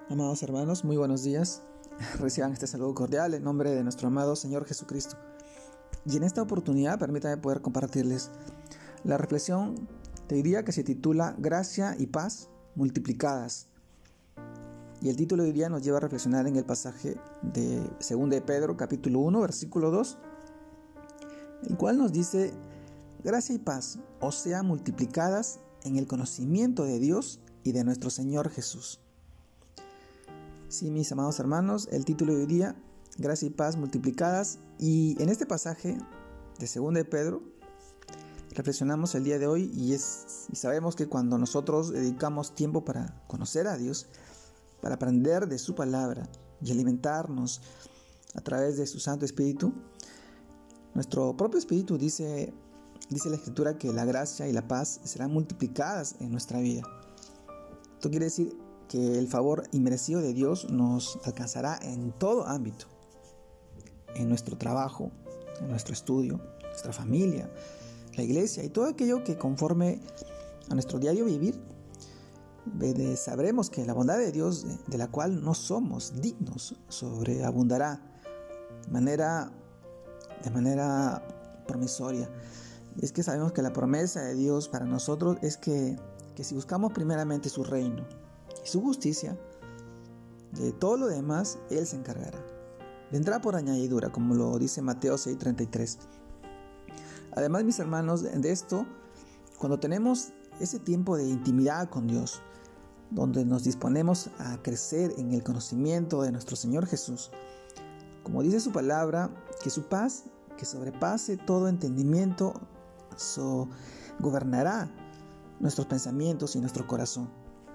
Amados hermanos, muy buenos días. Reciban este saludo cordial en nombre de nuestro amado Señor Jesucristo. Y en esta oportunidad permítame poder compartirles la reflexión de día que se titula Gracia y Paz multiplicadas. Y el título de hoy día nos lleva a reflexionar en el pasaje de 2 de Pedro, capítulo 1, versículo 2, el cual nos dice: gracia y paz os sean multiplicadas en el conocimiento de Dios y de nuestro Señor Jesús. Sí, mis amados hermanos, el título de hoy día, gracia y paz multiplicadas. Y en este pasaje de 2 de Pedro reflexionamos el día de hoy y sabemos que cuando nosotros dedicamos tiempo para conocer a Dios, para aprender de su palabra y alimentarnos a través de su Santo Espíritu, nuestro propio Espíritu dice la Escritura que la gracia y la paz serán multiplicadas en nuestra vida. Esto quiere decir que el favor inmerecido de Dios nos alcanzará en todo ámbito, en nuestro trabajo, en nuestro estudio, nuestra familia, la iglesia y todo aquello que conforme a nuestro diario vivir, sabremos que la bondad de Dios, de la cual no somos dignos, sobreabundará de manera promisoria. Es que sabemos que la promesa de Dios para nosotros es que si buscamos primeramente su reino y su justicia, de todo lo demás Él se encargará. Vendrá por añadidura, como lo dice Mateo 6:33. Además, mis hermanos, de esto, cuando tenemos ese tiempo de intimidad con Dios, donde nos disponemos a crecer en el conocimiento de nuestro Señor Jesús, como dice su palabra, que su paz, que sobrepase todo entendimiento, gobernará nuestros pensamientos y nuestro corazón.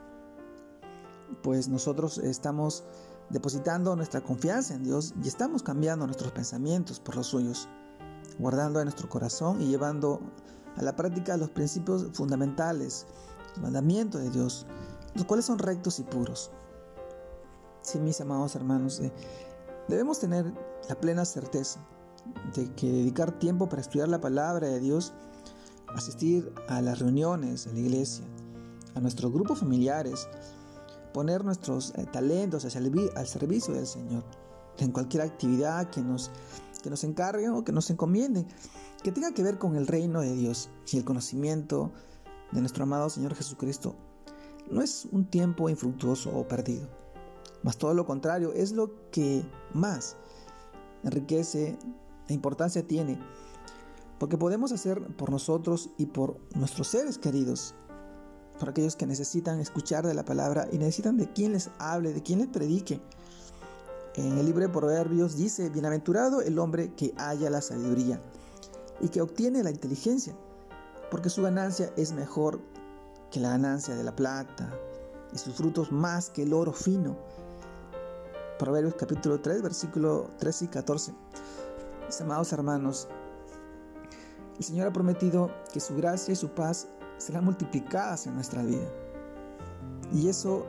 Pues nosotros estamos depositando nuestra confianza en Dios y estamos cambiando nuestros pensamientos por los suyos, guardando en nuestro corazón y llevando a la práctica los principios fundamentales, los mandamientos de Dios, los cuales son rectos y puros. Sí, mis amados hermanos, debemos tener la plena certeza de que dedicar tiempo para estudiar la palabra de Dios, asistir a las reuniones, a la iglesia, a nuestros grupos familiares, poner nuestros talentos al servicio del Señor, en cualquier actividad que nos encarguen o que nos encomienden, que tenga que ver con el reino de Dios y el conocimiento de nuestro amado Señor Jesucristo, no es un tiempo infructuoso o perdido, mas todo lo contrario, es lo que más enriquece e importancia tiene, porque podemos hacer por nosotros y por nuestros seres queridos, por aquellos que necesitan escuchar de la palabra y necesitan de quien les hable, de quien les predique. En el libro de Proverbios dice: bienaventurado el hombre que halla la sabiduría y que obtiene la inteligencia, porque su ganancia es mejor que la ganancia de la plata y sus frutos más que el oro fino. Proverbios capítulo 3, versículo 13 y 14. Mis amados hermanos, el Señor ha prometido que su gracia y su paz serán multiplicadas en nuestra vida. Y eso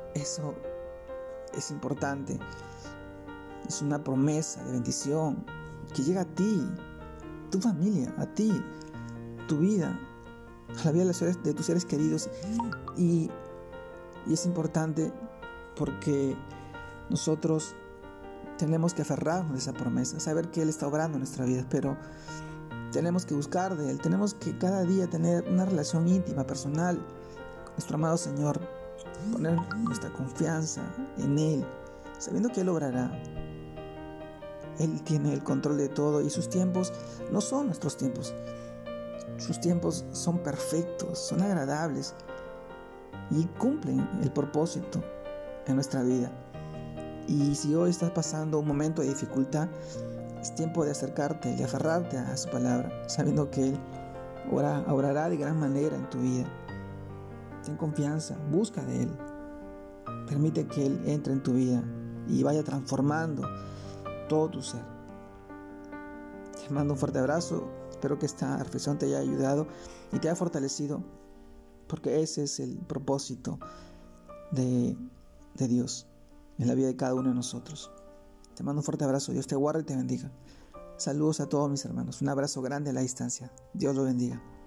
es importante. Es una promesa de bendición que llega a ti, tu familia, a ti, tu vida, a la vida de tus seres queridos. Y es importante porque nosotros tenemos que aferrarnos de esa promesa, saber que Él está obrando en nuestra vida, pero tenemos que buscar de Él, tenemos que cada día tener una relación íntima, personal con nuestro amado Señor, poner nuestra confianza en Él, sabiendo que Él obrará. Él tiene el control de todo y sus tiempos no son nuestros tiempos. Sus tiempos son perfectos, son agradables y cumplen el propósito en nuestra vida. Y si hoy estás pasando un momento de dificultad, es tiempo de acercarte, de aferrarte a su palabra, sabiendo que Él obrará de gran manera en tu vida. Ten confianza, busca de Él. Permite que Él entre en tu vida y vaya transformando todo tu ser. Te mando un fuerte abrazo. Espero que esta reflexión te haya ayudado y te haya fortalecido, porque ese es el propósito de Dios en la vida de cada uno de nosotros. Te mando un fuerte abrazo. Dios te guarde y te bendiga. Saludos a todos mis hermanos. Un abrazo grande a la distancia. Dios los bendiga.